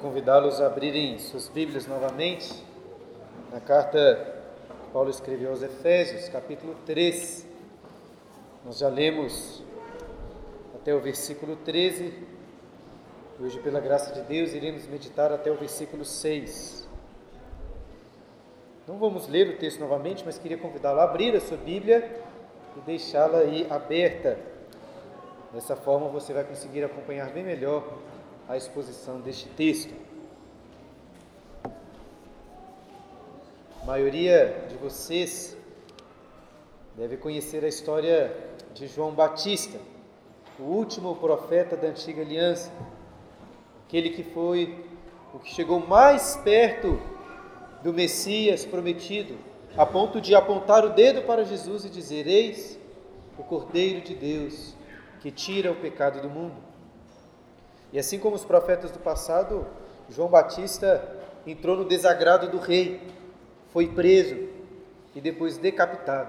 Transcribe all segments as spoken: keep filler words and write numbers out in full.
convidá-los a abrirem suas Bíblias novamente na carta que Paulo escreveu aos Efésios, capítulo três. Nós já lemos até o versículo treze. Hoje, pela graça de Deus, iremos meditar até o versículo seis. Não vamos ler o texto novamente, mas queria convidá-lo a abrir a sua Bíblia e deixá-la aí aberta. Dessa forma você vai conseguir acompanhar bem melhor a exposição deste texto. A maioria de vocês deve conhecer a história de João Batista, o último profeta da antiga aliança, aquele que foi o que chegou mais perto do Messias prometido, a ponto de apontar o dedo para Jesus e dizer: eis o Cordeiro de Deus que tira o pecado do mundo. E assim como os profetas do passado, João Batista entrou no desagrado do rei, foi preso e depois decapitado.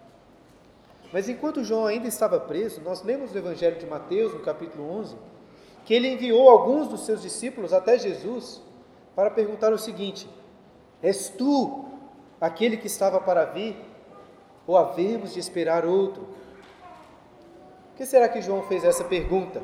Mas enquanto João ainda estava preso, nós lemos no Evangelho de Mateus, no capítulo onze, que ele enviou alguns dos seus discípulos até Jesus para perguntar o seguinte: és tu aquele que estava para vir, ou havemos de esperar outro? Por que será que João fez essa pergunta?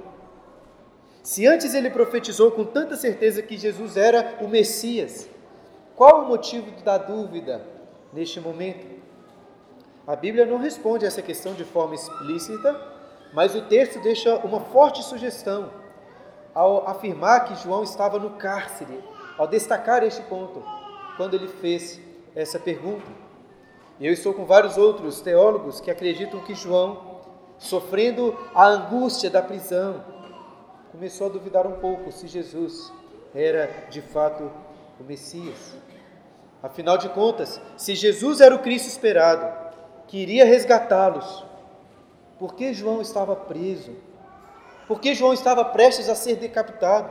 Se antes ele profetizou com tanta certeza que Jesus era o Messias, qual o motivo da dúvida neste momento? A Bíblia não responde a essa questão de forma explícita, mas o texto deixa uma forte sugestão ao afirmar que João estava no cárcere, ao destacar este ponto, quando ele fez essa pergunta. E eu estou com vários outros teólogos que acreditam que João, sofrendo a angústia da prisão, começou a duvidar um pouco se Jesus era de fato o Messias. Afinal de contas, se Jesus era o Cristo esperado, que iria resgatá-los, por que João estava preso? Por que João estava prestes a ser decapitado?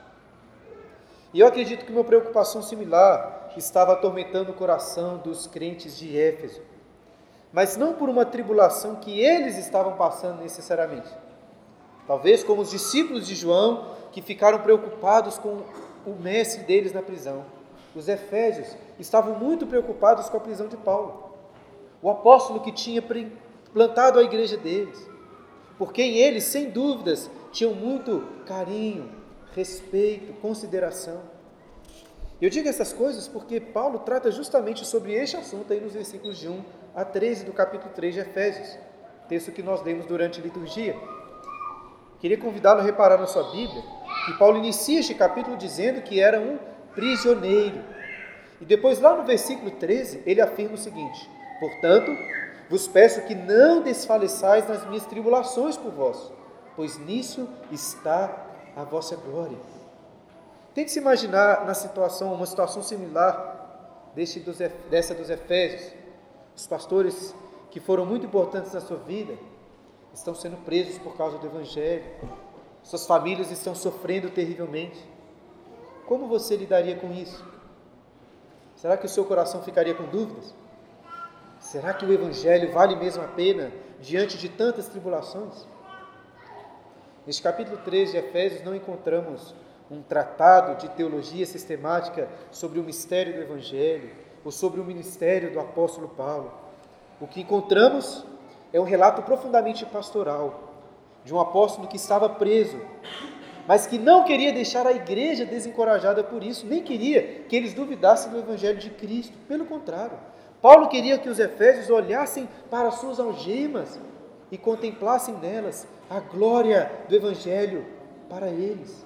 E eu acredito que uma preocupação similar estava atormentando o coração dos crentes de Éfeso, mas não por uma tribulação que eles estavam passando necessariamente. Talvez como os discípulos de João, que ficaram preocupados com o mestre deles na prisão. Os efésios estavam muito preocupados com a prisão de Paulo, o apóstolo que tinha plantado a igreja deles, por quem eles, sem dúvidas, tinham muito carinho, respeito, consideração. Eu digo essas coisas porque Paulo trata justamente sobre este assunto aí nos versículos de um a treze do capítulo três de Efésios, texto que nós lemos durante a liturgia. Queria convidá-lo a reparar na sua Bíblia que Paulo inicia este capítulo dizendo que era um prisioneiro. E depois, lá no versículo treze, ele afirma o seguinte: portanto, vos peço que não desfaleçais nas minhas tribulações por vós, pois nisso está a vossa glória. Tente se imaginar na situação, uma situação similar deste dos, dessa dos Efésios. Os pastores que foram muito importantes na sua vida estão sendo presos por causa do Evangelho. Suas famílias estão sofrendo terrivelmente. Como você lidaria com isso? Será que o seu coração ficaria com dúvidas? Será que o Evangelho vale mesmo a pena diante de tantas tribulações? Neste capítulo três de Efésios não encontramos um tratado de teologia sistemática sobre o mistério do Evangelho ou sobre o ministério do apóstolo Paulo. O que encontramos é um relato profundamente pastoral de um apóstolo que estava preso, mas que não queria deixar a igreja desencorajada por isso, nem queria que eles duvidassem do Evangelho de Cristo. Pelo contrário, Paulo queria que os efésios olhassem para as suas algemas e contemplassem nelas a glória do Evangelho para eles.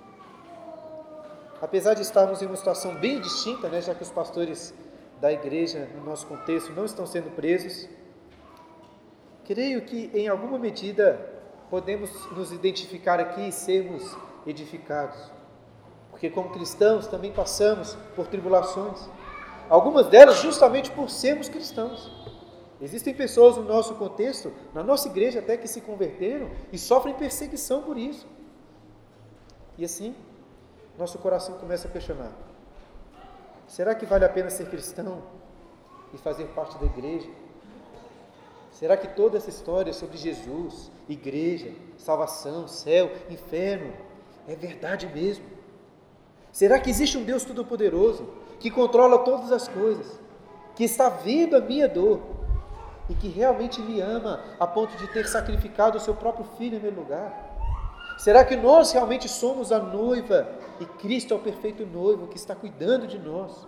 Apesar de estarmos em uma situação bem distinta, né, já que os pastores da igreja, no nosso contexto, não estão sendo presos, creio que, em alguma medida, podemos nos identificar aqui e sermos edificados. Porque, como cristãos, também passamos por tribulações. Algumas delas justamente por sermos cristãos. Existem pessoas no nosso contexto, na nossa igreja até, que se converteram e sofrem perseguição por isso. E assim, nosso coração começa a questionar: será que vale a pena ser cristão e fazer parte da igreja? Será que toda essa história sobre Jesus, igreja, salvação, céu, inferno, é verdade mesmo? Será que existe um Deus Todo-Poderoso, que controla todas as coisas, que está vendo a minha dor e que realmente me ama a ponto de ter sacrificado o seu próprio filho em meu lugar? Será que nós realmente somos a noiva e Cristo é o perfeito noivo que está cuidando de nós?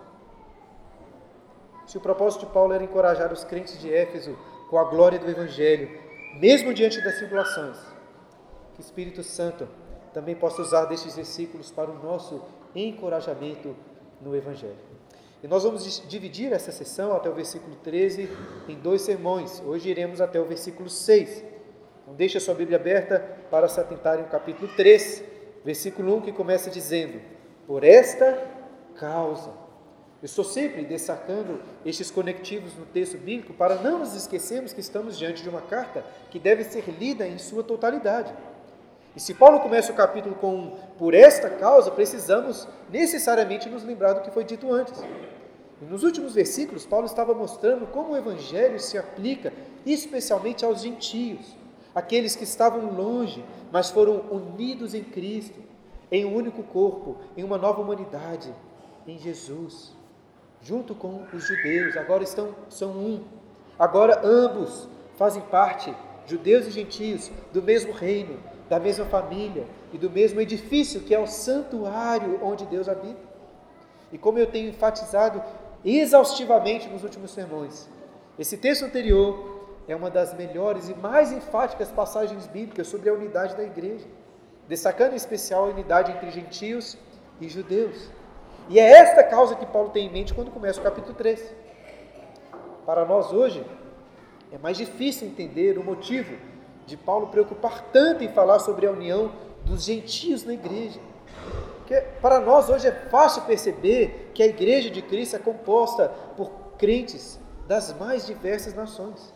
Se o propósito de Paulo era encorajar os crentes de Éfeso com a glória do Evangelho, mesmo diante das tribulações, que o Espírito Santo também possa usar destes versículos para o nosso encorajamento no Evangelho. E nós vamos dividir essa sessão até o versículo treze em dois sermões. Hoje iremos até o versículo seis. Então deixe a sua Bíblia aberta para se atentarem ao capítulo três, versículo um, que começa dizendo: por esta causa. Eu estou sempre destacando estes conectivos no texto bíblico para não nos esquecermos que estamos diante de uma carta que deve ser lida em sua totalidade. E se Paulo começa o capítulo com por esta causa, precisamos necessariamente nos lembrar do que foi dito antes. E nos últimos versículos, Paulo estava mostrando como o Evangelho se aplica especialmente aos gentios, aqueles que estavam longe, mas foram unidos em Cristo, em um único corpo, em uma nova humanidade, em Jesus, junto com os judeus. Agora estão, são um. Agora ambos fazem parte, judeus e gentios, do mesmo reino, da mesma família e do mesmo edifício que é o santuário onde Deus habita. E como eu tenho enfatizado exaustivamente nos últimos sermões, esse texto anterior é uma das melhores e mais enfáticas passagens bíblicas sobre a unidade da igreja, destacando em especial a unidade entre gentios e judeus. E é esta causa que Paulo tem em mente quando começa o capítulo três. Para nós hoje, é mais difícil entender o motivo de Paulo preocupar tanto em falar sobre a união dos gentios na igreja. Porque para nós hoje é fácil perceber que a igreja de Cristo é composta por crentes das mais diversas nações.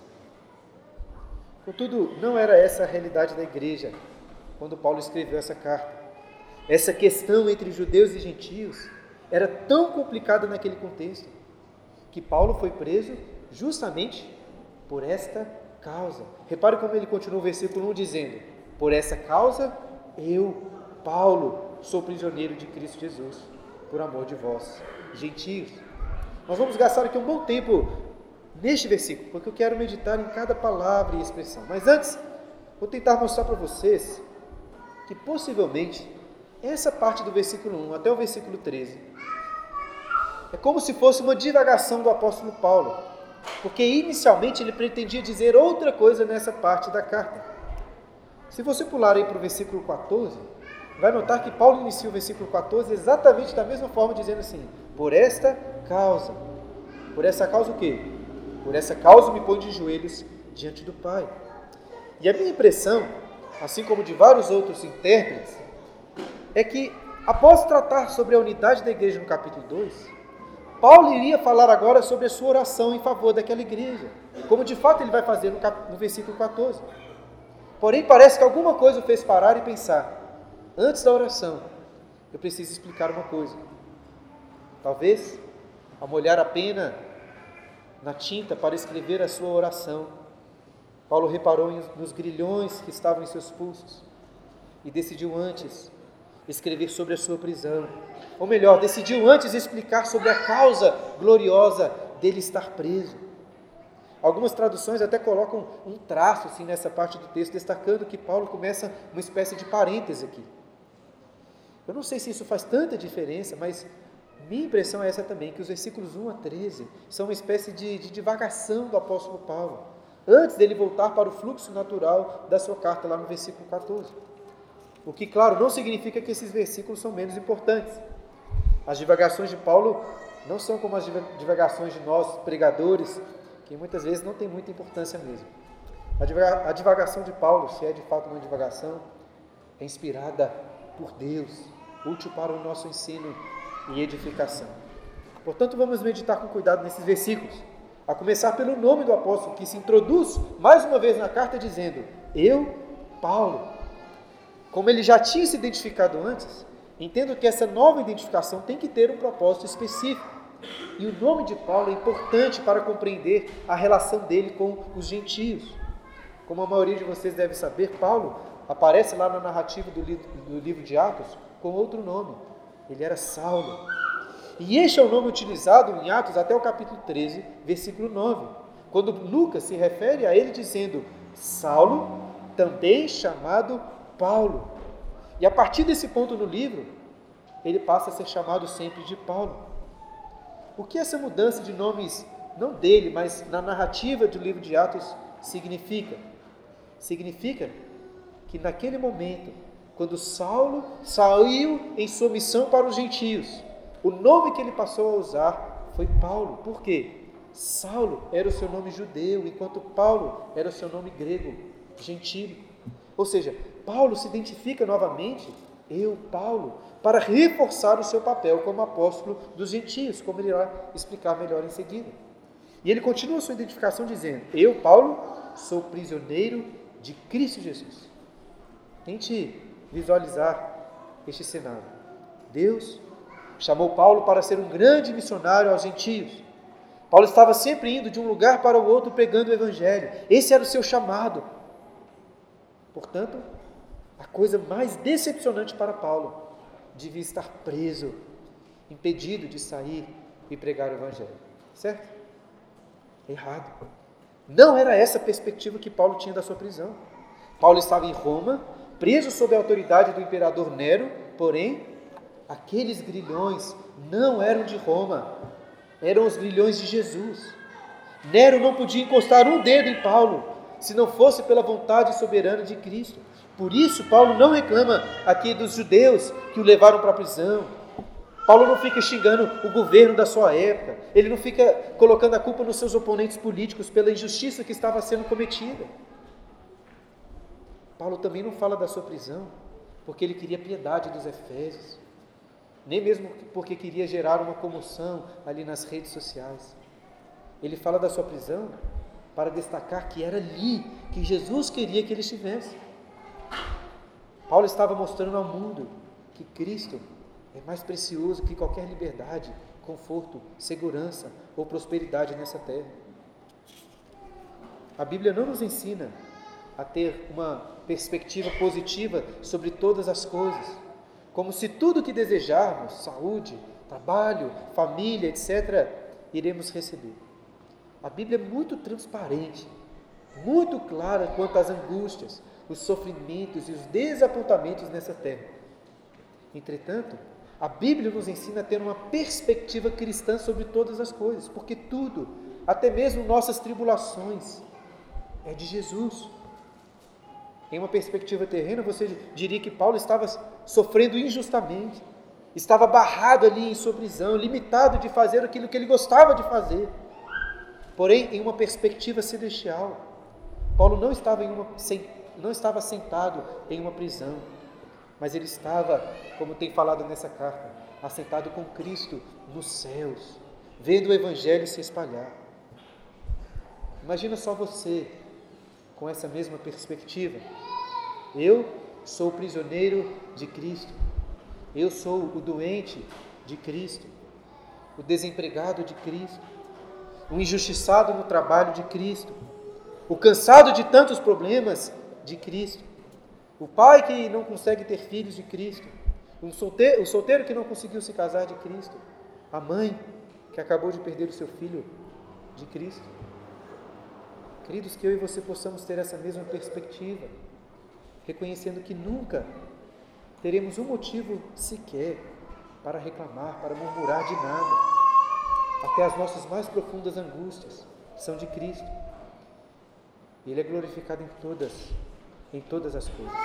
Contudo, não era essa a realidade da igreja quando Paulo escreveu essa carta. Essa questão entre judeus e gentios era tão complicada naquele contexto que Paulo foi preso justamente por esta causa. Repare como ele continua o versículo um dizendo: por essa causa eu, Paulo, sou prisioneiro de Cristo Jesus, por amor de vós, gentios. Nós vamos gastar aqui um bom tempo neste versículo, porque eu quero meditar em cada palavra e expressão. Mas antes, vou tentar mostrar para vocês que possivelmente essa parte do versículo um até o versículo treze é como se fosse uma divagação do apóstolo Paulo, porque inicialmente ele pretendia dizer outra coisa nessa parte da carta. Se você pular aí para o versículo quatorze, vai notar que Paulo inicia o versículo quatorze exatamente da mesma forma, dizendo assim: por esta causa. Por essa causa o quê? Por essa causa me põe de joelhos diante do Pai. E a minha impressão, assim como de vários outros intérpretes, é que após tratar sobre a unidade da igreja no capítulo dois, Paulo iria falar agora sobre a sua oração em favor daquela igreja, como de fato ele vai fazer no, cap... no versículo quatorze. Porém, parece que alguma coisa o fez parar e pensar: antes da oração, eu preciso explicar uma coisa. Talvez, ao molhar a pena na tinta para escrever a sua oração, Paulo reparou nos grilhões que estavam em seus pulsos e decidiu antes escrever sobre a sua prisão. Ou melhor, decidiu antes explicar sobre a causa gloriosa dele estar preso. Algumas traduções até colocam um traço assim, nessa parte do texto, destacando que Paulo começa uma espécie de parêntese aqui. Eu não sei se isso faz tanta diferença, mas minha impressão é essa também, que os versículos um a treze são uma espécie de, de divagação do apóstolo Paulo, antes dele voltar para o fluxo natural da sua carta, lá no versículo quatorze. O que, claro, não significa que esses versículos são menos importantes. As divagações de Paulo não são como as divagações de nós, pregadores, que muitas vezes não tem muita importância mesmo. A divagação de Paulo, se é de fato uma divagação, é inspirada por Deus, útil para o nosso ensino e edificação. Portanto, vamos meditar com cuidado nesses versículos, a começar pelo nome do apóstolo, que se introduz mais uma vez na carta dizendo: eu, Paulo. Como ele já tinha se identificado antes, entendo que essa nova identificação tem que ter um propósito específico. E o nome de Paulo é importante para compreender a relação dele com os gentios. Como a maioria de vocês deve saber, Paulo aparece lá na narrativa do livro, do livro de Atos com outro nome, Ele era Saulo. E este é o nome utilizado em Atos até o capítulo treze, versículo nove, quando Lucas se refere a ele dizendo Saulo, também chamado Paulo. E a partir desse ponto no livro, ele passa a ser chamado sempre de Paulo. O que essa mudança de nomes, não dele, mas na narrativa do livro de Atos, significa? Significa que naquele momento, quando Saulo saiu em sua missão para os gentios, o nome que ele passou a usar foi Paulo. Por quê? Saulo era o seu nome judeu, enquanto Paulo era o seu nome grego, gentio. Ou seja, Paulo se identifica novamente, eu, Paulo, para reforçar o seu papel como apóstolo dos gentios, como ele irá explicar melhor em seguida. E ele continua sua identificação dizendo, eu, Paulo, sou prisioneiro de Cristo Jesus. Tente visualizar este cenário. Deus chamou Paulo para ser um grande missionário aos gentios. Paulo estava sempre indo de um lugar para o outro pregando o evangelho. Esse era o seu chamado. Portanto, a coisa mais decepcionante para Paulo devia estar preso, impedido de sair e pregar o evangelho. Certo? Errado. Não era essa a perspectiva que Paulo tinha da sua prisão. Paulo estava em Roma, preso sob a autoridade do imperador Nero, porém, aqueles grilhões não eram de Roma, eram os grilhões de Jesus. Nero não podia encostar um dedo em Paulo, se não fosse pela vontade soberana de Cristo. Por isso, Paulo não reclama aqui dos judeus que o levaram para a prisão. Paulo não fica xingando o governo da sua época, ele não fica colocando a culpa nos seus oponentes políticos pela injustiça que estava sendo cometida. Paulo também não fala da sua prisão, porque ele queria piedade dos efésios, nem mesmo porque queria gerar uma comoção ali nas redes sociais. Ele fala da sua prisão para destacar que era ali que Jesus queria que ele estivesse. Paulo estava mostrando ao mundo que Cristo é mais precioso que qualquer liberdade, conforto, segurança ou prosperidade nessa terra. A Bíblia não nos ensina a ter uma perspectiva positiva sobre todas as coisas, como se tudo que desejarmos, saúde, trabalho, família, etcétera, iremos receber. A Bíblia é muito transparente, muito clara quanto às angústias, os sofrimentos e os desapontamentos nessa terra. Entretanto, a Bíblia nos ensina a ter uma perspectiva cristã sobre todas as coisas, porque tudo, até mesmo nossas tribulações, é de Jesus. Em uma perspectiva terrena, você diria que Paulo estava sofrendo injustamente, estava barrado ali em sua prisão, limitado de fazer aquilo que ele gostava de fazer. Porém, em uma perspectiva celestial, Paulo não estava, em uma, não estava sentado em uma prisão, mas ele estava, como tem falado nessa carta, assentado com Cristo nos céus, vendo o Evangelho se espalhar. Imagina só você com essa mesma perspectiva. Eu sou o prisioneiro de Cristo, eu sou o doente de Cristo, o desempregado de Cristo, o injustiçado no trabalho de Cristo, o cansado de tantos problemas de Cristo, o pai que não consegue ter filhos de Cristo, o solteiro, o solteiro que não conseguiu se casar de Cristo, a mãe que acabou de perder o seu filho de Cristo. Queridos, que eu e você possamos ter essa mesma perspectiva, reconhecendo que nunca teremos um motivo sequer para reclamar, para murmurar de nada. Até as nossas mais profundas angústias são de Cristo. Ele é glorificado em todas, em todas as coisas.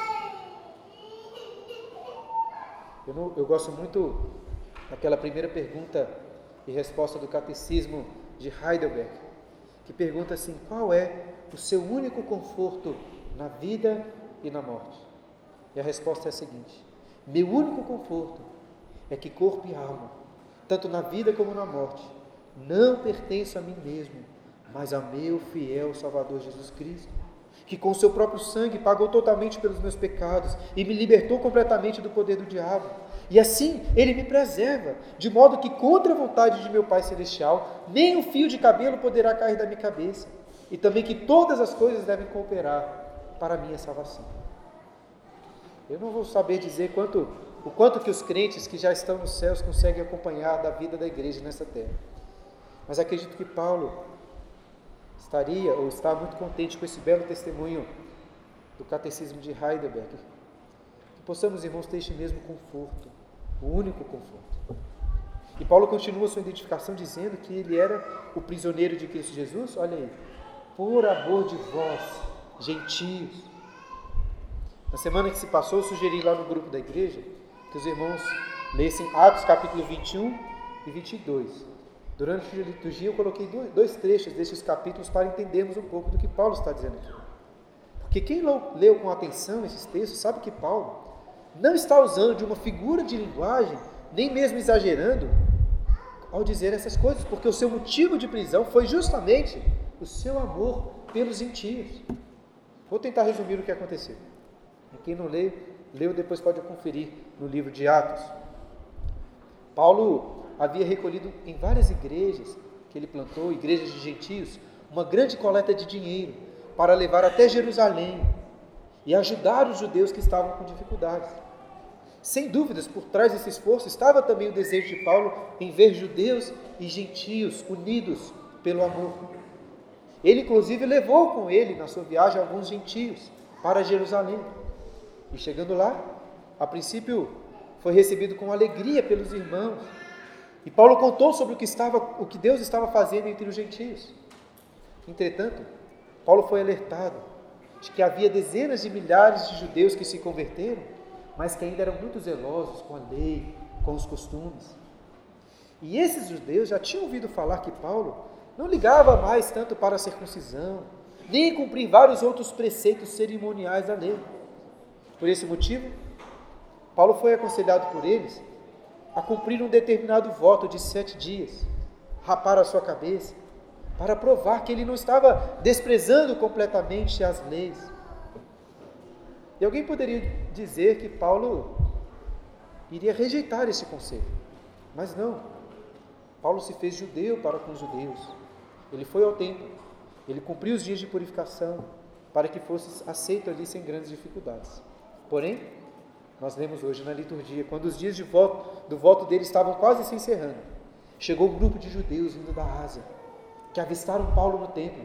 Eu, não, eu gosto muito daquela primeira pergunta e resposta do Catecismo de Heidelberg, que pergunta assim: qual é o seu único conforto na vida e na morte? E a resposta é a seguinte: meu único conforto é que corpo e alma, tanto na vida como na morte, não pertencem a mim mesmo, mas a meu fiel Salvador Jesus Cristo, que com seu próprio sangue pagou totalmente pelos meus pecados e me libertou completamente do poder do diabo. E assim Ele me preserva, de modo que contra a vontade de meu Pai Celestial, nem um fio de cabelo poderá cair da minha cabeça, e também que todas as coisas devem cooperar para a minha salvação. Eu não vou saber dizer quanto o quanto que os crentes que já estão nos céus conseguem acompanhar da vida da igreja nessa terra. Mas acredito que Paulo estaria ou está muito contente com esse belo testemunho do Catecismo de Heidelberg. Que possamos, irmãos, ter este mesmo conforto, o único conforto. E Paulo continua sua identificação dizendo que ele era o prisioneiro de Cristo Jesus, olha aí, por amor de vós, gentios. Na semana que se passou, eu sugeri lá no grupo da igreja que os irmãos lessem Atos capítulo vinte e um e vinte e dois. Durante a liturgia eu coloquei dois trechos desses capítulos para entendermos um pouco do que Paulo está dizendo aqui. Porque quem leu com atenção esses textos sabe que Paulo não está usando de uma figura de linguagem, nem mesmo exagerando, ao dizer essas coisas, porque o seu motivo de prisão foi justamente o seu amor pelos gentios. Vou tentar resumir o que aconteceu. Quem não lê, leu, depois pode conferir no livro de Atos. Paulo havia recolhido em várias igrejas que ele plantou, igrejas de gentios, uma grande coleta de dinheiro para levar até Jerusalém e ajudar os judeus que estavam com dificuldades. Sem dúvidas, por trás desse esforço estava também o desejo de Paulo em ver judeus e gentios unidos pelo amor. Ele, inclusive, levou com ele, na sua viagem, alguns gentios para Jerusalém. E chegando lá, a princípio, foi recebido com alegria pelos irmãos. E Paulo contou sobre o que, estava, o que Deus estava fazendo entre os gentios. Entretanto, Paulo foi alertado de que havia dezenas de milhares de judeus que se converteram, mas que ainda eram muito zelosos com a lei, com os costumes. E esses judeus já tinham ouvido falar que Paulo não ligava mais tanto para a circuncisão, nem cumprir vários outros preceitos cerimoniais da lei. Por esse motivo, Paulo foi aconselhado por eles a cumprir um determinado voto de sete dias, rapar a sua cabeça, para provar que ele não estava desprezando completamente as leis. E alguém poderia dizer que Paulo iria rejeitar esse conselho, mas não. Paulo se fez judeu para com os judeus. Ele foi ao templo, ele cumpriu os dias de purificação para que fosse aceito ali sem grandes dificuldades. Porém, nós lemos hoje na liturgia, quando os dias de voto, do voto dele estavam quase se encerrando, chegou um grupo de judeus vindo da Ásia, que avistaram Paulo no templo,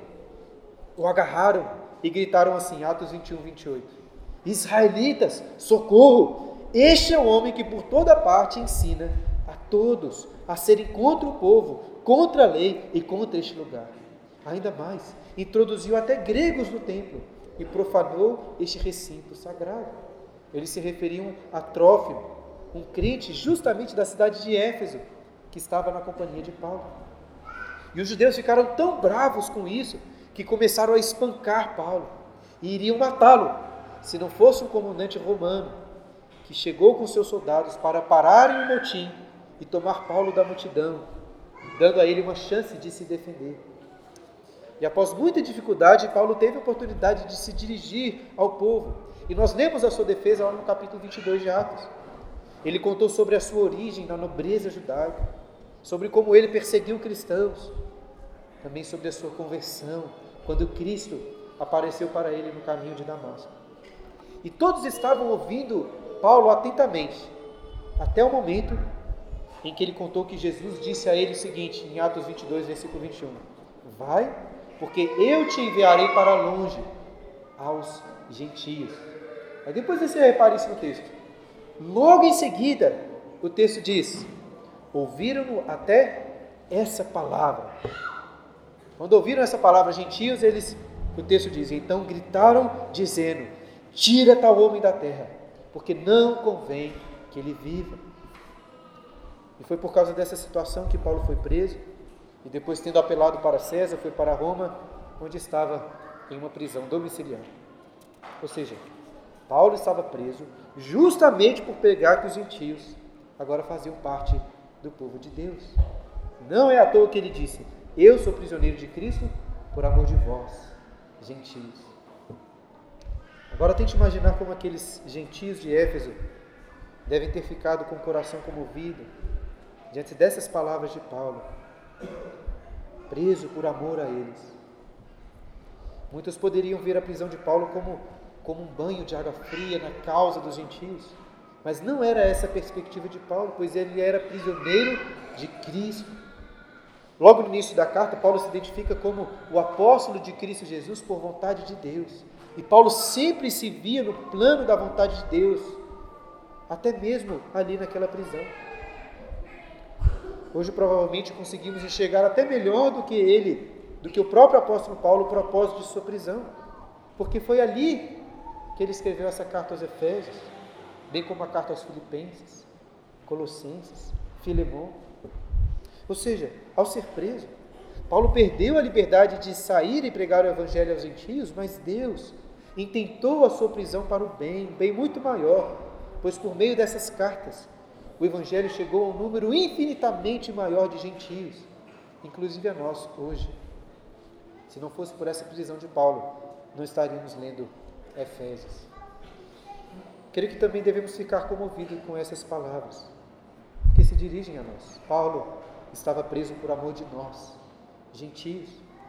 o agarraram e gritaram assim, Atos vinte e um, vinte e oito, Israelitas, socorro! Este é o homem que por toda parte ensina a todos a serem contra o povo, contra a lei e contra este lugar. Ainda mais, introduziu até gregos no templo e profanou este recinto sagrado. Eles se referiam a Trófimo, um crente justamente da cidade de Éfeso, que estava na companhia de Paulo. E os judeus ficaram tão bravos com isso, que começaram a espancar Paulo, e iriam matá-lo, se não fosse um comandante romano, que chegou com seus soldados para pararem o motim e tomar Paulo da multidão, dando a ele uma chance de se defender. E após muita dificuldade, Paulo teve a oportunidade de se dirigir ao povo. E nós lemos a sua defesa lá no capítulo vinte e dois de Atos. Ele contou sobre a sua origem na nobreza judaica, sobre como ele perseguiu cristãos, também sobre a sua conversão, quando Cristo apareceu para ele no caminho de Damasco. E todos estavam ouvindo Paulo atentamente, até o momento em que ele contou que Jesus disse a ele o seguinte, em Atos vinte e dois, versículo vinte e um, vai, porque eu te enviarei para longe, aos gentios. Aí depois você repara isso no texto. Logo em seguida, o texto diz, ouviram até essa palavra. Quando ouviram essa palavra, gentios, eles, o texto diz, então gritaram dizendo, tira tal homem da terra, porque não convém que ele viva. E foi por causa dessa situação que Paulo foi preso, e depois, tendo apelado para César, foi para Roma, onde estava em uma prisão domiciliar. Ou seja, Paulo estava preso justamente por pregar que os gentios agora faziam parte do povo de Deus. Não é à toa que ele disse, eu sou prisioneiro de Cristo por amor de vós, gentios. Agora tente imaginar como aqueles gentios de Éfeso devem ter ficado com o coração comovido diante dessas palavras de Paulo, preso por amor a eles. Muitos poderiam ver a prisão de Paulo como, como um banho de água fria na causa dos gentios, Mas não era essa a perspectiva de Paulo, pois ele era prisioneiro de Cristo. Logo no início da carta, Paulo se identifica como o apóstolo de Cristo Jesus por vontade de Deus. E Paulo sempre se via no plano da vontade de Deus, até mesmo ali naquela prisão. Hoje provavelmente conseguimos enxergar até melhor do que ele, do que o próprio apóstolo Paulo, o propósito de sua prisão. Porque foi ali que ele escreveu essa carta aos Efésios, bem como a carta aos Filipenses, Colossenses, Filemão. Ou seja, ao ser preso, Paulo perdeu a liberdade de sair e pregar o evangelho aos gentios, mas Deus intentou a sua prisão para o bem, um bem muito maior, pois por meio dessas cartas, o evangelho chegou a um número infinitamente maior de gentios, inclusive a nós hoje. Se não fosse por essa prisão de Paulo, não estaríamos lendo Efésios. Creio que também devemos ficar comovidos com essas palavras, que se dirigem a nós. Paulo estava preso por amor de nós, gentios.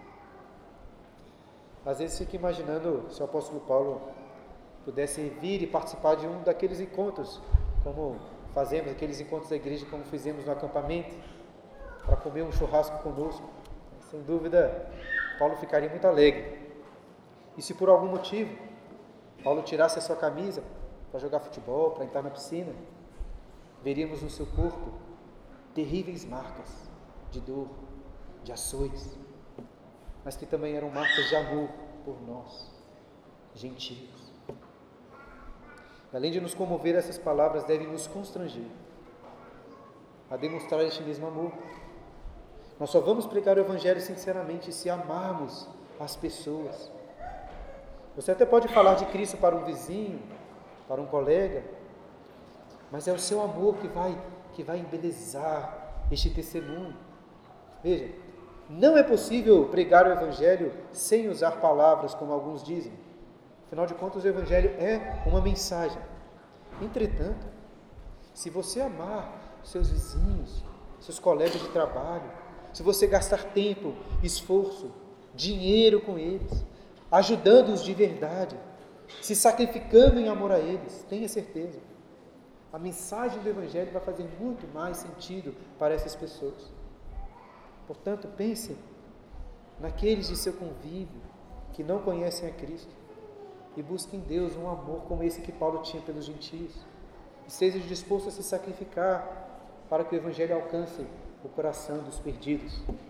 Às vezes fico imaginando se o apóstolo Paulo pudesse vir e participar de um daqueles encontros, como fazemos, aqueles encontros da igreja, como fizemos no acampamento, para comer um churrasco conosco. Sem dúvida, Paulo ficaria muito alegre. E se por algum motivo Paulo tirasse a sua camisa para jogar futebol, para entrar na piscina, veríamos no seu corpo terríveis marcas de dor, de açoites, mas que também eram marcas de amor por nós, gentios. Além de nos comover, essas palavras devem nos constranger a demonstrar este mesmo amor. Nós só vamos pregar o evangelho sinceramente se amarmos as pessoas. Você até pode falar de Cristo para um vizinho, para um colega, mas é o seu amor que vai, que vai embelezar este testemunho. Veja, não é possível pregar o evangelho sem usar palavras, como alguns dizem. Afinal de contas, o evangelho é uma mensagem. Entretanto, se você amar seus vizinhos, seus colegas de trabalho, se você gastar tempo, esforço, dinheiro com eles, ajudando-os de verdade, se sacrificando em amor a eles, tenha certeza, a mensagem do evangelho vai fazer muito mais sentido para essas pessoas. Portanto, pense naqueles de seu convívio que não conhecem a Cristo e busque em Deus um amor como esse que Paulo tinha pelos gentios. Esteja disposto a se sacrificar para que o evangelho alcance o coração dos perdidos.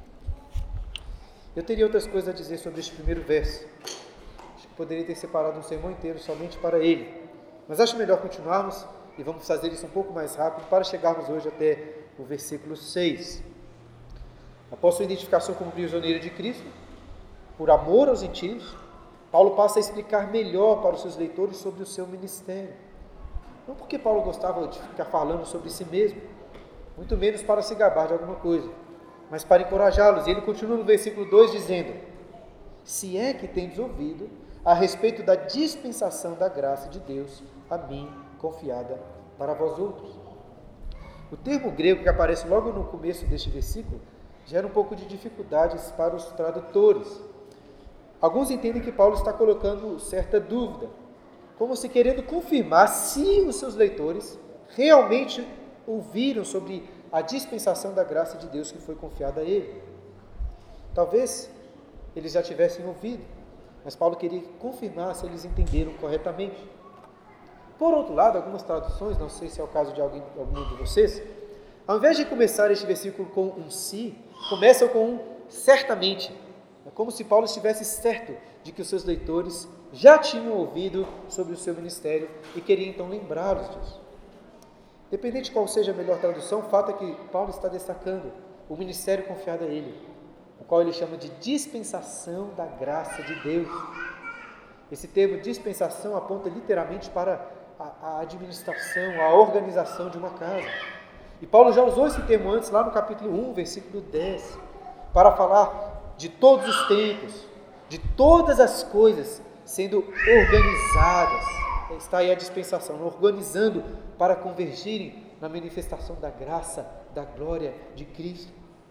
Eu teria outras coisas a dizer sobre este primeiro verso. Acho que poderia ter separado um sermão inteiro somente para ele. Mas acho melhor continuarmos e vamos fazer isso um pouco mais rápido para chegarmos hoje até o versículo seis. Após sua identificação como prisioneiro de Cristo, por amor aos gentios, Paulo passa a explicar melhor para os seus leitores sobre o seu ministério. Não porque Paulo gostava de ficar falando sobre si mesmo, muito menos para se gabar de alguma coisa, mas para encorajá-los. E ele continua no versículo dois dizendo: se é que tendes ouvido a respeito da dispensação da graça de Deus a mim confiada para vós outros. O termo grego que aparece logo no começo deste versículo gera um pouco de dificuldades para os tradutores. Alguns entendem que Paulo está colocando certa dúvida, como se querendo confirmar se os seus leitores realmente ouviram sobre a dispensação da graça de Deus que foi confiada a ele. Talvez eles já tivessem ouvido, mas Paulo queria confirmar se eles entenderam corretamente. Por outro lado, algumas traduções, não sei se é o caso de alguém, algum de vocês, ao invés de começar este versículo com um se, começam com um certamente. É como se Paulo estivesse certo de que os seus leitores já tinham ouvido sobre o seu ministério e queria então lembrá-los disso. Dependente de qual seja a melhor tradução, o fato é que Paulo está destacando o ministério confiado a ele, o qual ele chama de dispensação da graça de Deus. Esse termo dispensação aponta literalmente para a, a administração, a organização de uma casa. E Paulo já usou esse termo antes, lá no capítulo um, versículo dez, para falar de todos os tempos, de todas as coisas sendo organizadas. Está aí a dispensação, organizando para convergirem na manifestação da graça, da glória de Cristo.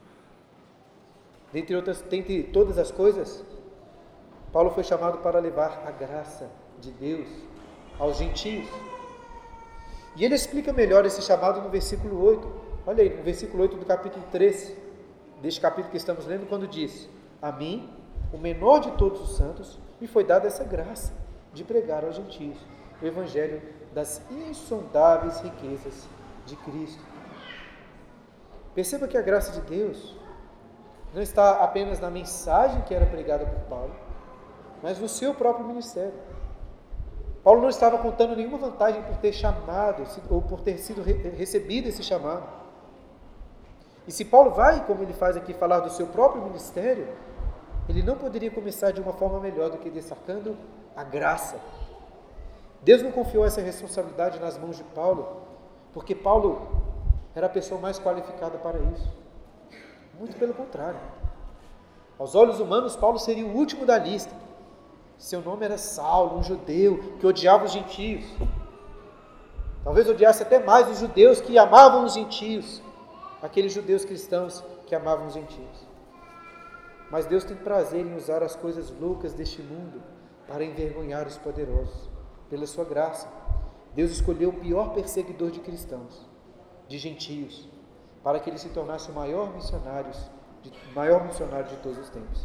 Dentre outras, dentre todas as coisas, Paulo foi chamado para levar a graça de Deus aos gentios. E ele explica melhor esse chamado no versículo oito. Olha aí, no versículo oito do capítulo três, deste capítulo que estamos lendo, quando diz: a mim, o menor de todos os santos, me foi dada essa graça de pregar aos gentios o evangelho das insondáveis riquezas de Cristo. Perceba que a graça de Deus não está apenas na mensagem que era pregada por Paulo, mas no seu próprio ministério. Paulo não estava contando nenhuma vantagem por ter chamado, ou por ter sido recebido esse chamado. E se Paulo vai, como ele faz aqui, falar do seu próprio ministério, ele não poderia começar de uma forma melhor do que destacando a graça. Deus não confiou essa responsabilidade nas mãos de Paulo, porque Paulo era a pessoa mais qualificada para isso. Muito pelo contrário. Aos olhos humanos, Paulo seria o último da lista. Seu nome era Saulo, um judeu que odiava os gentios. Talvez odiasse até mais os judeus que amavam os gentios, aqueles judeus cristãos que amavam os gentios. Mas Deus tem prazer em usar as coisas loucas deste mundo para envergonhar os poderosos. Pela sua graça, Deus escolheu o pior perseguidor de cristãos, de gentios, para que ele se tornasse o maior missionário, de, maior missionário de todos os tempos.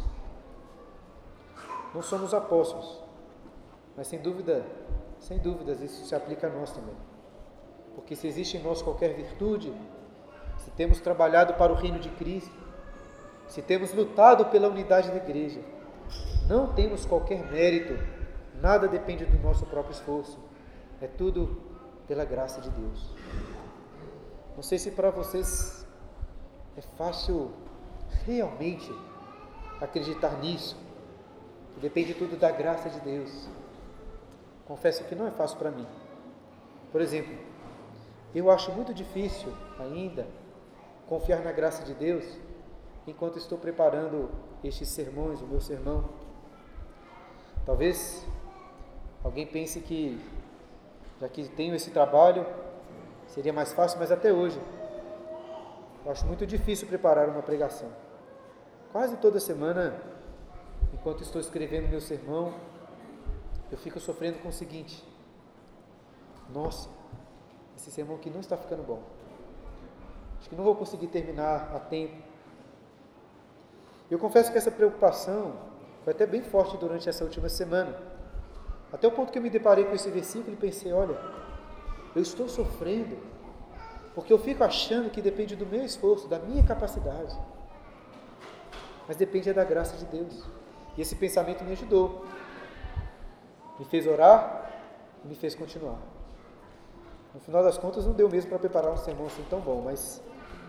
Não somos apóstolos, mas sem dúvida, sem dúvidas isso se aplica a nós também. Porque se existe em nós qualquer virtude, se temos trabalhado para o reino de Cristo, se temos lutado pela unidade da igreja, não temos qualquer mérito, nada depende do nosso próprio esforço, é tudo pela graça de Deus. Não sei se para vocês é fácil realmente acreditar nisso, que depende tudo da graça de Deus. Confesso que não é fácil para mim. Por exemplo, eu acho muito difícil ainda confiar na graça de Deus enquanto estou preparando estes sermões, o meu sermão. Talvez alguém pense que, já que tenho esse trabalho, seria mais fácil, mas até hoje eu acho muito difícil preparar uma pregação. Quase toda semana, enquanto estou escrevendo meu sermão, eu fico sofrendo com o seguinte: nossa, esse sermão aqui não está ficando bom. Acho que não vou conseguir terminar a tempo. Eu confesso que essa preocupação foi até bem forte durante essa última semana. Até o ponto que eu me deparei com esse versículo e pensei: olha, eu estou sofrendo porque eu fico achando que depende do meu esforço, da minha capacidade. Mas depende da graça de Deus. E esse pensamento me ajudou. Me fez orar e me fez continuar. No final das contas, não deu mesmo para preparar um sermão assim tão bom, mas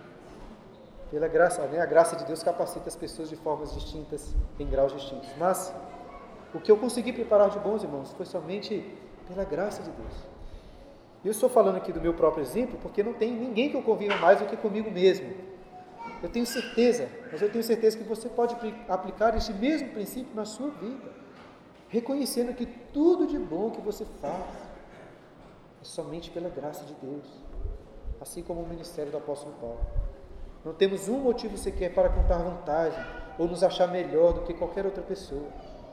pela graça, né, a graça de Deus capacita as pessoas de formas distintas, em graus distintos. Mas o que eu consegui preparar de bons, irmãos, foi somente pela graça de Deus. E eu estou falando aqui do meu próprio exemplo, porque não tem ninguém que eu conviva mais do que comigo mesmo. Eu tenho certeza, mas eu tenho certeza que você pode aplicar este mesmo princípio na sua vida, reconhecendo que tudo de bom que você faz é somente pela graça de Deus, assim como o ministério do apóstolo Paulo. Não temos um motivo sequer para contar vantagem ou nos achar melhor do que qualquer outra pessoa.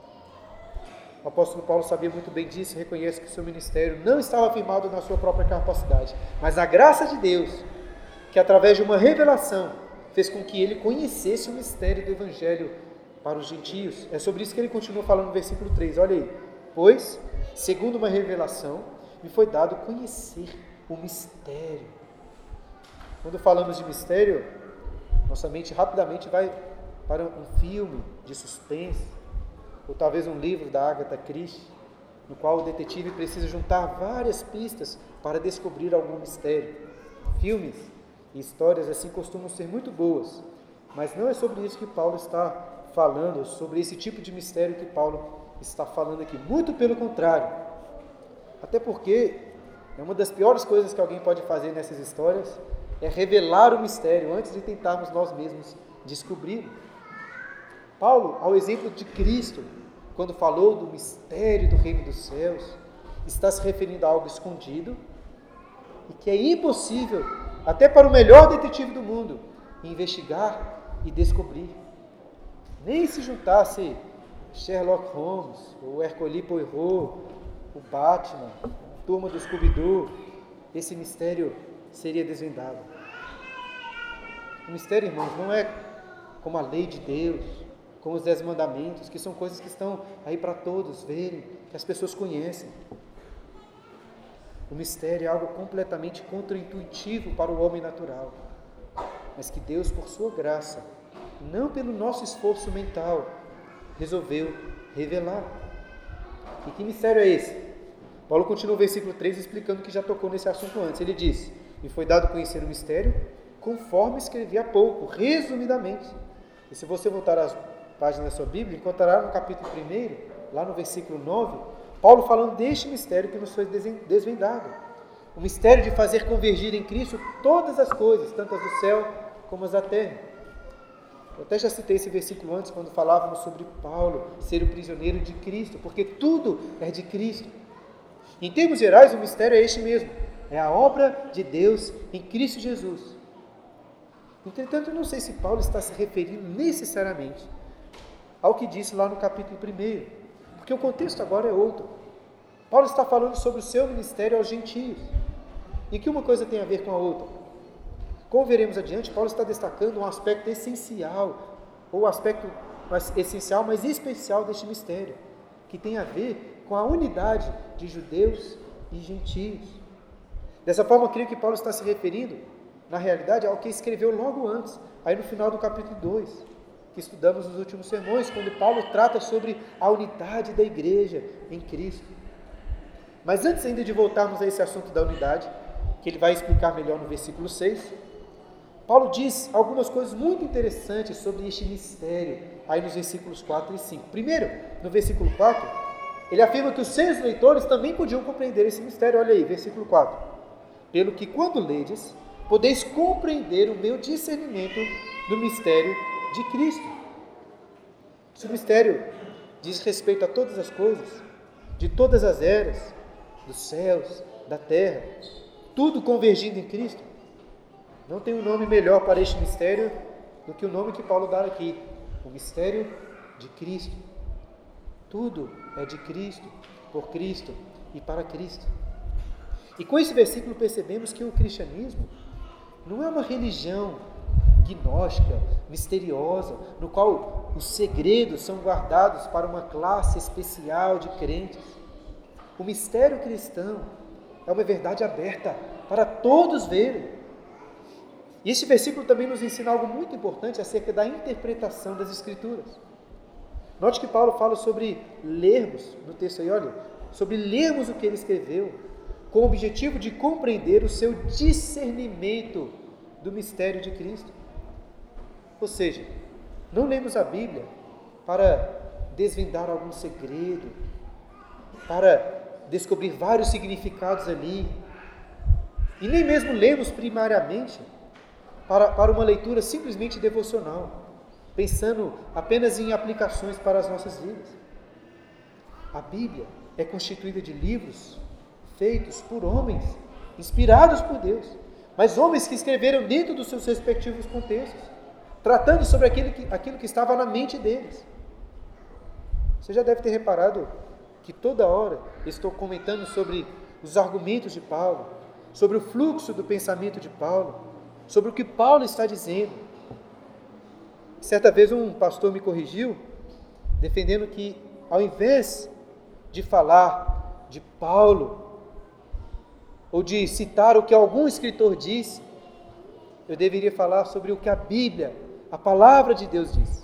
O apóstolo Paulo sabia muito bem disso e reconhece que o seu ministério não estava firmado na sua própria capacidade, mas a graça de Deus, que através de uma revelação fez com que ele conhecesse o mistério do evangelho para os gentios. É sobre isso que ele continua falando no versículo três, olha aí. Pois, segundo uma revelação, me foi dado conhecer o mistério. Quando falamos de mistério, nossa mente rapidamente vai para um filme de suspense, ou talvez um livro da Agatha Christie, no qual o detetive precisa juntar várias pistas para descobrir algum mistério. Filmes e histórias assim costumam ser muito boas, mas não é sobre isso que Paulo está falando, sobre esse tipo de mistério que Paulo está falando aqui. Muito pelo contrário. Até porque é uma das piores coisas que alguém pode fazer nessas histórias é revelar o mistério antes de tentarmos nós mesmos descobrir. Paulo, ao exemplo de Cristo, quando falou do mistério do reino dos céus, está se referindo a algo escondido e que é impossível, até para o melhor detetive do mundo, investigar e descobrir. Nem se juntasse Sherlock Holmes, o Hercule Poirot, o Batman, a turma do Scooby-Doo, esse mistério seria desvendado. O mistério, irmãos, não é como a lei de Deus, como os dez mandamentos, que são coisas que estão aí para todos verem, que as pessoas conhecem. O mistério é algo completamente contraintuitivo para o homem natural, mas que Deus, por sua graça, não pelo nosso esforço mental, resolveu revelar. E que mistério é esse? Paulo continua o versículo três explicando que já tocou nesse assunto antes. Ele diz: "Me foi dado conhecer o mistério, conforme escrevi há pouco, resumidamente." E se você voltar às páginas da sua Bíblia, encontrará no capítulo primeiro, lá no versículo nove, Paulo falando deste mistério que nos foi desvendado. O mistério de fazer convergir em Cristo todas as coisas, tanto as do céu como as da terra. Eu até já citei esse versículo antes, quando falávamos sobre Paulo ser o prisioneiro de Cristo, porque tudo é de Cristo. Em termos gerais, o mistério é este mesmo, é a obra de Deus em Cristo Jesus. Entretanto, eu não sei se Paulo está se referindo necessariamente ao que disse lá no capítulo primeiro, porque o contexto agora é outro. Paulo está falando sobre o seu ministério aos gentios, e que uma coisa tem a ver com a outra. Como veremos adiante, Paulo está destacando um aspecto essencial, ou aspecto mais essencial, mas especial deste mistério, que tem a ver com a unidade de judeus e gentios. Dessa forma, eu creio que Paulo está se referindo, na realidade, ao que escreveu logo antes, aí no final do capítulo dois, que estudamos nos últimos sermões, quando Paulo trata sobre a unidade da igreja em Cristo. Mas antes ainda de voltarmos a esse assunto da unidade, que ele vai explicar melhor no versículo seis, Paulo diz algumas coisas muito interessantes sobre este mistério, aí nos versículos quatro e cinco. Primeiro, no versículo quatro, ele afirma que os seus leitores também podiam compreender esse mistério. Olha aí, versículo quatro. "Pelo que quando ledes, podeis compreender o meu discernimento do mistério de Cristo." Esse mistério diz respeito a todas as coisas, de todas as eras, dos céus, da terra, tudo convergindo em Cristo. Não tem um nome melhor para este mistério do que o nome que Paulo dá aqui, o mistério de Cristo. Tudo é de Cristo, por Cristo e para Cristo. E com esse versículo percebemos que o cristianismo não é uma religião gnóstica, misteriosa, no qual os segredos são guardados para uma classe especial de crentes. O mistério cristão é uma verdade aberta para todos verem. E este versículo também nos ensina algo muito importante acerca da interpretação das Escrituras. Note que Paulo fala sobre lermos, no texto aí, olha, sobre lermos o que ele escreveu, com o objetivo de compreender o seu discernimento do mistério de Cristo. Ou seja, não lemos a Bíblia para desvendar algum segredo, para descobrir vários significados ali, e nem mesmo lemos primariamente para, para uma leitura simplesmente devocional, pensando apenas em aplicações para as nossas vidas. A Bíblia é constituída de livros feitos por homens, inspirados por Deus, mas homens que escreveram dentro dos seus respectivos contextos, tratando sobre aquilo que, aquilo que estava na mente deles. Você já deve ter reparado que toda hora estou comentando sobre os argumentos de Paulo, sobre o fluxo do pensamento de Paulo, sobre o que Paulo está dizendo. Certa vez um pastor me corrigiu, defendendo que, ao invés de falar de Paulo, ou de citar o que algum escritor disse, eu deveria falar sobre o que a Bíblia, a palavra de Deus diz.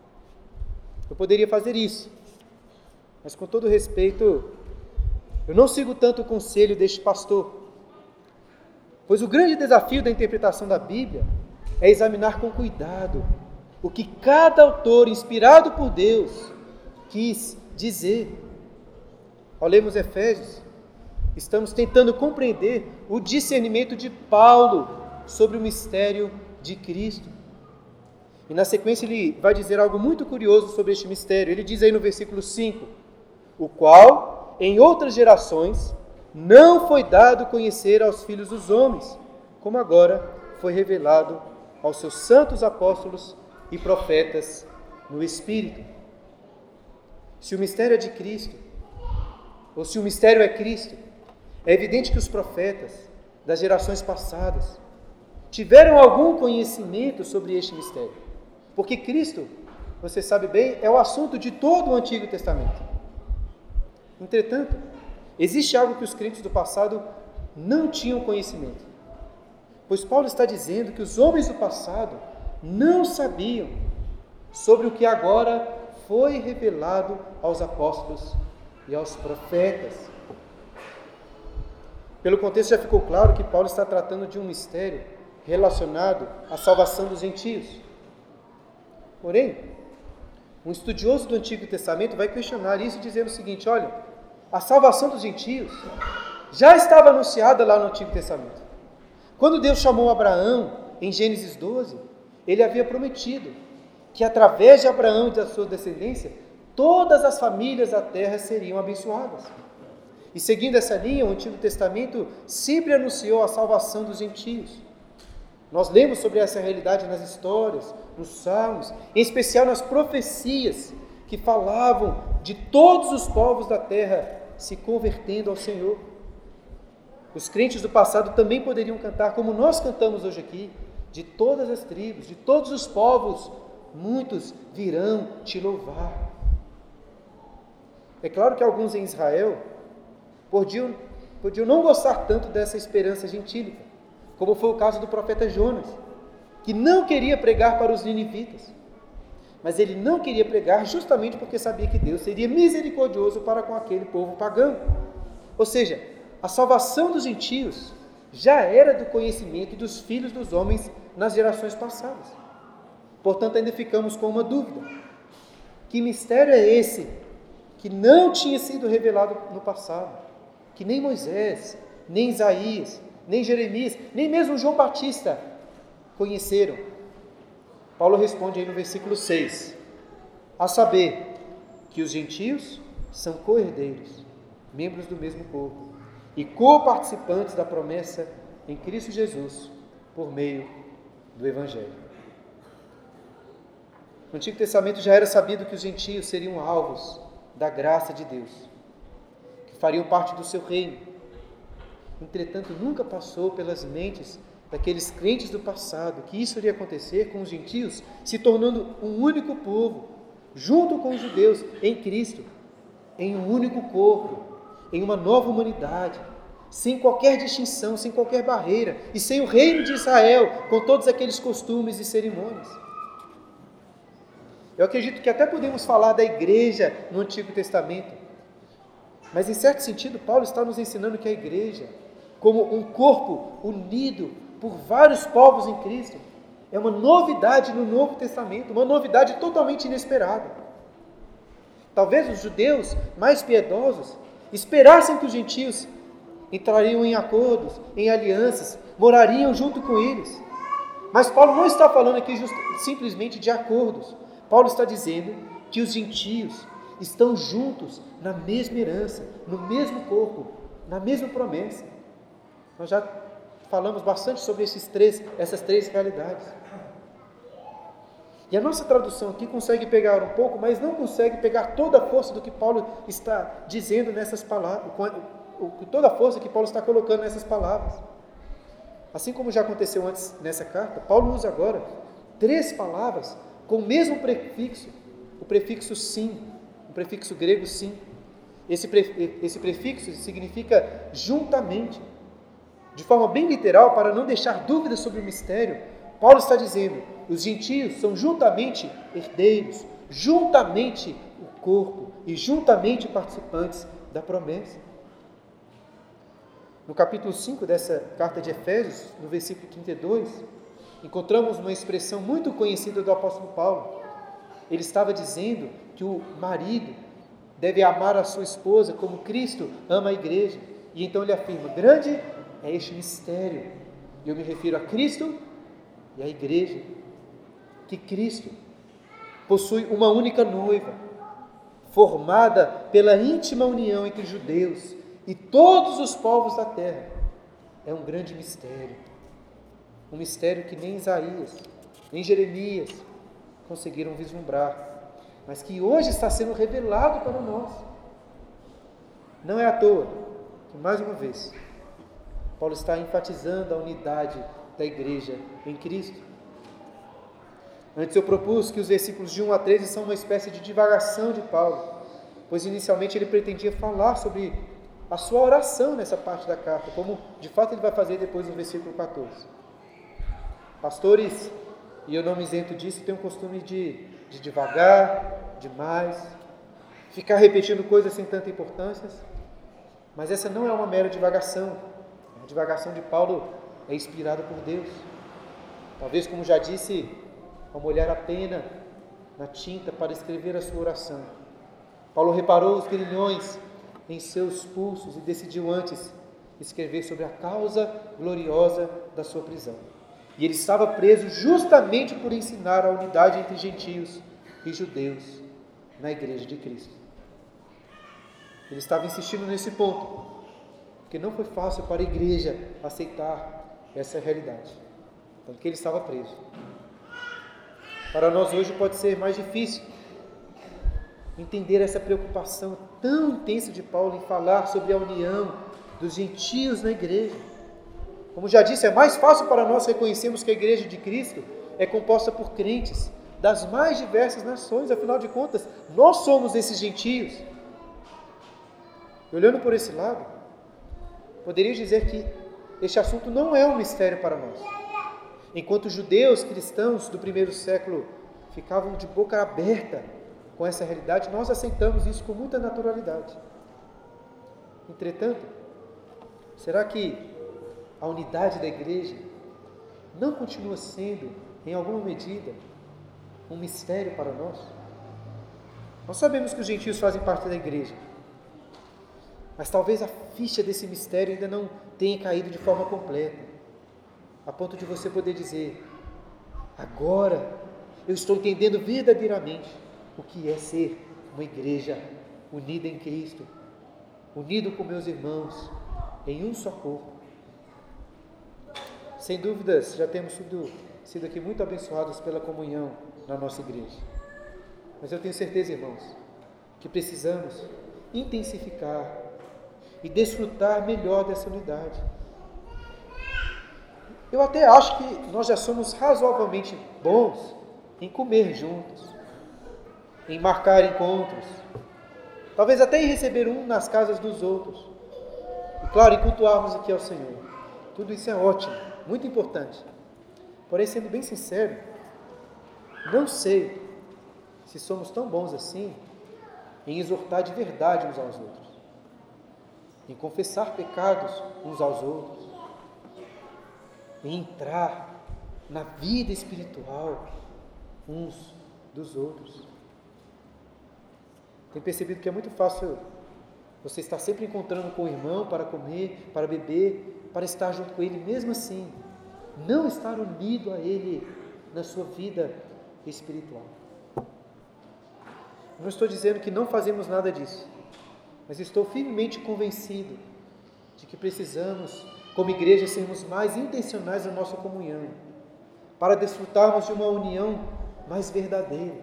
Eu poderia fazer isso, mas com todo respeito, eu não sigo tanto o conselho deste pastor, pois o grande desafio da interpretação da Bíblia é examinar com cuidado o que cada autor, inspirado por Deus, quis dizer. Ao lermos Efésios, estamos tentando compreender o discernimento de Paulo sobre o mistério de Cristo. E na sequência ele vai dizer algo muito curioso sobre este mistério. Ele diz aí no versículo cinco, o qual, em outras gerações, não foi dado conhecer aos filhos dos homens, como agora foi revelado aos seus santos apóstolos e profetas no Espírito. Se o mistério é de Cristo, ou se o mistério é Cristo, é evidente que os profetas das gerações passadas tiveram algum conhecimento sobre este mistério. Porque Cristo, você sabe bem, é o assunto de todo o Antigo Testamento. Entretanto, existe algo que os crentes do passado não tinham conhecimento. Pois Paulo está dizendo que os homens do passado não sabiam sobre o que agora foi revelado aos apóstolos e aos profetas. Pelo contexto já ficou claro que Paulo está tratando de um mistério relacionado à salvação dos gentios. Porém, um estudioso do Antigo Testamento vai questionar isso dizendo o seguinte: olha, a salvação dos gentios já estava anunciada lá no Antigo Testamento. Quando Deus chamou Abraão, em Gênesis doze, ele havia prometido que através de Abraão e da sua descendência, todas as famílias da terra seriam abençoadas. E seguindo essa linha, o Antigo Testamento sempre anunciou a salvação dos gentios. Nós lemos sobre essa realidade nas histórias, nos salmos, em especial nas profecias que falavam de todos os povos da terra se convertendo ao Senhor. Os crentes do passado também poderiam cantar como nós cantamos hoje aqui: de todas as tribos, de todos os povos, muitos virão te louvar. É claro que alguns em Israel podiam, podiam não gostar tanto dessa esperança gentílica, como foi o caso do profeta Jonas, que não queria pregar para os ninivitas. Mas ele não queria pregar justamente porque sabia que Deus seria misericordioso para com aquele povo pagão. Ou seja, a salvação dos gentios já era do conhecimento dos filhos dos homens nas gerações passadas. Portanto, ainda ficamos com uma dúvida: que mistério é esse que não tinha sido revelado no passado, que nem Moisés, nem Isaías, nem Jeremias, nem mesmo João Batista conheceram? Paulo responde aí no versículo seis: a saber, que os gentios são co-herdeiros, membros do mesmo corpo, e co-participantes da promessa em Cristo Jesus, por meio do Evangelho. No Antigo Testamento já era sabido que os gentios seriam alvos da graça de Deus, que fariam parte do seu reino. Entretanto, nunca passou pelas mentes daqueles crentes do passado que isso iria acontecer com os gentios se tornando um único povo, junto com os judeus, em Cristo, em um único corpo, em uma nova humanidade, sem qualquer distinção, sem qualquer barreira, e sem o reino de Israel, com todos aqueles costumes e cerimônias. Eu acredito que até podemos falar da igreja no Antigo Testamento, mas em certo sentido Paulo está nos ensinando que a igreja, como um corpo unido por vários povos em Cristo, é uma novidade no Novo Testamento, uma novidade totalmente inesperada. Talvez os judeus mais piedosos esperassem que os gentios entrariam em acordos, em alianças, morariam junto com eles. Mas Paulo não está falando aqui just, simplesmente de acordos. Paulo está dizendo que os gentios estão juntos na mesma herança, no mesmo corpo, na mesma promessa. Nós já falamos bastante sobre esses três, essas três realidades. E a nossa tradução aqui consegue pegar um pouco, mas não consegue pegar toda a força do que Paulo está dizendo nessas palavras, toda a força que Paulo está colocando nessas palavras. Assim como já aconteceu antes nessa carta, Paulo usa agora três palavras com o mesmo prefixo, o prefixo sim, o prefixo grego sim. Esse, pre, esse prefixo significa juntamente. De forma bem literal, para não deixar dúvidas sobre o mistério, Paulo está dizendo: os gentios são juntamente herdeiros, juntamente o corpo e juntamente participantes da promessa. No capítulo cinco dessa carta de Efésios, no versículo trinta e dois, encontramos uma expressão muito conhecida do apóstolo Paulo. Ele estava dizendo que o marido deve amar a sua esposa como Cristo ama a igreja. E então ele afirma: grande é este mistério. E eu me refiro a Cristo e à igreja. Que Cristo possui uma única noiva, formada pela íntima união entre judeus e todos os povos da terra. É um grande mistério. Um mistério que nem Isaías, nem Jeremias conseguiram vislumbrar, mas que hoje está sendo revelado para nós. Não é à toa que, mais uma vez, Paulo está enfatizando a unidade da igreja em Cristo. Antes eu propus que os versículos de um a treze são uma espécie de divagação de Paulo, pois inicialmente ele pretendia falar sobre a sua oração nessa parte da carta, como de fato ele vai fazer depois no versículo quatorze. Pastores, e eu não me isento disso, têm o costume de, de divagar demais, ficar repetindo coisas sem tanta importância, mas essa não é uma mera divagação. A divagação de Paulo é inspirada por Deus. Talvez, como já disse, ao molhar a pena na tinta para escrever a sua oração, Paulo reparou os grilhões em seus pulsos e decidiu antes escrever sobre a causa gloriosa da sua prisão. E ele estava preso justamente por ensinar a unidade entre gentios e judeus na igreja de Cristo. Ele estava insistindo nesse ponto, porque não foi fácil para a igreja aceitar essa realidade, tanto que ele estava preso. Para nós hoje pode ser mais difícil entender essa preocupação tão intensa de Paulo em falar sobre a união dos gentios na igreja. Como já disse, é mais fácil para nós reconhecermos que a igreja de Cristo é composta por crentes das mais diversas nações, afinal de contas, nós somos esses gentios. E olhando por esse lado, poderia dizer que este assunto não é um mistério para nós. Enquanto os judeus cristãos do primeiro século ficavam de boca aberta com essa realidade, nós aceitamos isso com muita naturalidade. Entretanto, será que a unidade da igreja não continua sendo, em alguma medida, um mistério para nós? Nós sabemos que os gentios fazem parte da igreja, mas talvez a ficha desse mistério ainda não tenha caído de forma completa, a ponto de você poder dizer: agora eu estou entendendo verdadeiramente o que é ser uma igreja unida em Cristo, unido com meus irmãos em um só corpo. Sem dúvidas, já temos sido, sido aqui muito abençoados pela comunhão na nossa igreja. Mas eu tenho certeza, irmãos, que precisamos intensificar e desfrutar melhor dessa unidade. Eu até acho que nós já somos razoavelmente bons em comer juntos, em marcar encontros, talvez até em receber um nas casas dos outros. E claro, em cultuarmos aqui ao Senhor. Tudo isso é ótimo, muito importante. Porém, sendo bem sincero, não sei se somos tão bons assim em exortar de verdade uns aos outros, em confessar pecados uns aos outros, em entrar na vida espiritual uns dos outros. Tenho percebido que é muito fácil você estar sempre encontrando com o irmão para comer, para beber, para estar junto com ele, mesmo assim, não estar unido a ele na sua vida espiritual. Não estou dizendo que não fazemos nada disso, mas estou firmemente convencido de que precisamos, como igreja, sermos mais intencionais na nossa comunhão, para desfrutarmos de uma união mais verdadeira.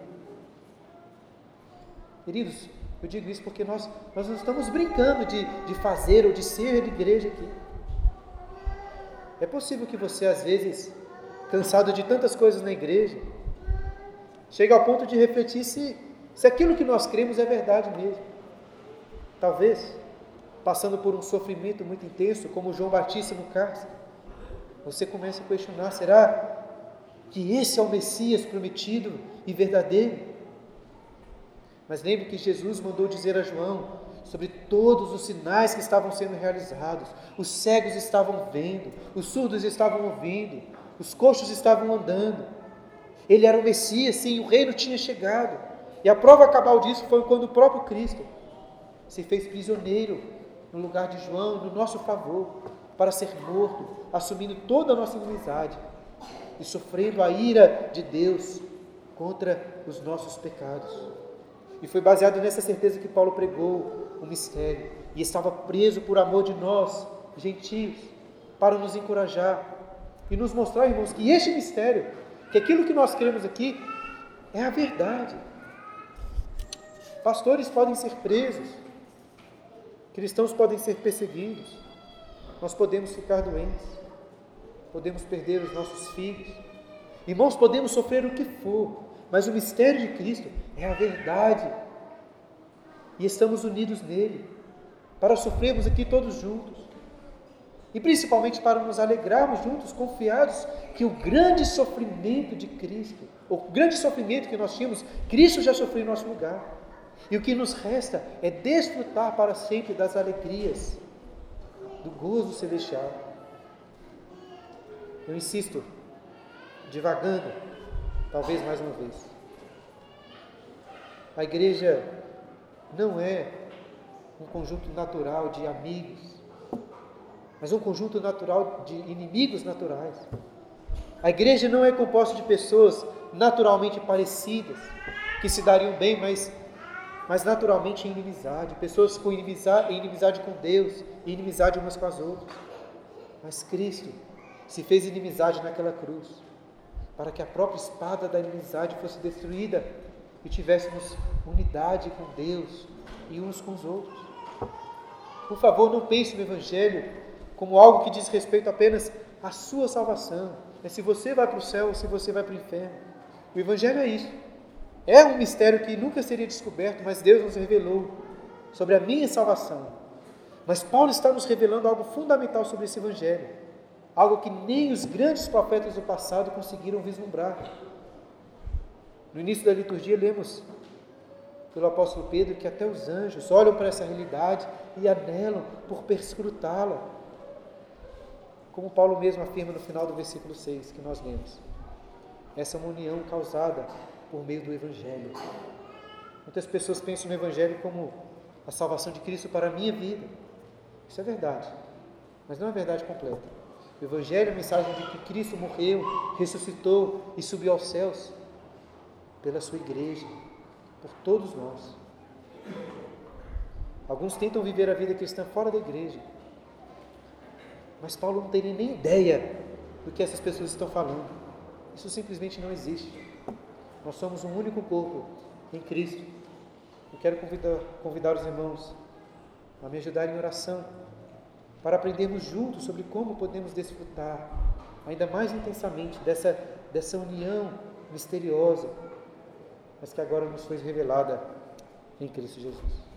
Queridos, eu digo isso porque nós, nós não estamos brincando de, de fazer ou de ser igreja aqui. É possível que você, às vezes, cansado de tantas coisas na igreja, chegue ao ponto de refletir se, se aquilo que nós cremos é verdade mesmo. Talvez, passando por um sofrimento muito intenso, como João Batista no cárcere, você comece a questionar: será que esse é o Messias prometido e verdadeiro? Mas lembre que Jesus mandou dizer a João sobre todos os sinais que estavam sendo realizados. Os cegos estavam vendo, os surdos estavam ouvindo, os coxos estavam andando. Ele era o Messias, sim, o reino tinha chegado. E a prova cabal disso foi quando o próprio Cristo se fez prisioneiro no lugar de João, no nosso favor, para ser morto, assumindo toda a nossa inimizade e sofrendo a ira de Deus contra os nossos pecados. E foi baseado nessa certeza que Paulo pregou o mistério e estava preso por amor de nós, gentios, para nos encorajar e nos mostrar, irmãos, que este mistério, que aquilo que nós cremos aqui é a verdade. Pastores podem ser presos, cristãos podem ser perseguidos, nós podemos ficar doentes, podemos perder os nossos filhos. Irmãos, podemos sofrer o que for, mas o mistério de Cristo é a verdade. E estamos unidos nele, para sofrermos aqui todos juntos. E principalmente para nos alegrarmos juntos, confiados que o grande sofrimento de Cristo, o grande sofrimento que nós tínhamos, Cristo já sofreu em nosso lugar. E o que nos resta é desfrutar para sempre das alegrias, do gozo celestial. Eu insisto, divagando, talvez mais uma vez. A igreja não é um conjunto natural de amigos, mas um conjunto natural de inimigos naturais. A igreja não é composta de pessoas naturalmente parecidas, que se dariam bem, mas, mas naturalmente em inimizade, pessoas com inimizade, em inimizade com Deus e inimizade umas com as outras. Mas Cristo se fez inimizade naquela cruz, para que a própria espada da inimizade fosse destruída e tivéssemos unidade com Deus e uns com os outros. Por favor, não pense no Evangelho como algo que diz respeito apenas à sua salvação. É se você vai para o céu ou se você vai para o inferno. O Evangelho é isso. É um mistério que nunca seria descoberto, mas Deus nos revelou sobre a minha salvação. Mas Paulo está nos revelando algo fundamental sobre esse Evangelho. Algo que nem os grandes profetas do passado conseguiram vislumbrar. No início da liturgia lemos pelo apóstolo Pedro que até os anjos olham para essa realidade e anelam por perscrutá-la. Como Paulo mesmo afirma no final do versículo seis, que nós lemos. Essa é uma união causada por meio do Evangelho. Muitas pessoas pensam no Evangelho como a salvação de Cristo para a minha vida. Isso é verdade, mas não é verdade completa. O Evangelho é a mensagem de que Cristo morreu, ressuscitou e subiu aos céus pela sua igreja, por todos nós. Alguns tentam viver a vida cristã fora da igreja, mas Paulo não tem nem ideia do que essas pessoas estão falando. Isso simplesmente não existe. Nós somos um único corpo em Cristo. Eu quero convidar, convidar os irmãos a me ajudarem em oração, para aprendermos juntos sobre como podemos desfrutar ainda mais intensamente dessa, dessa união misteriosa, mas que agora nos foi revelada em Cristo Jesus.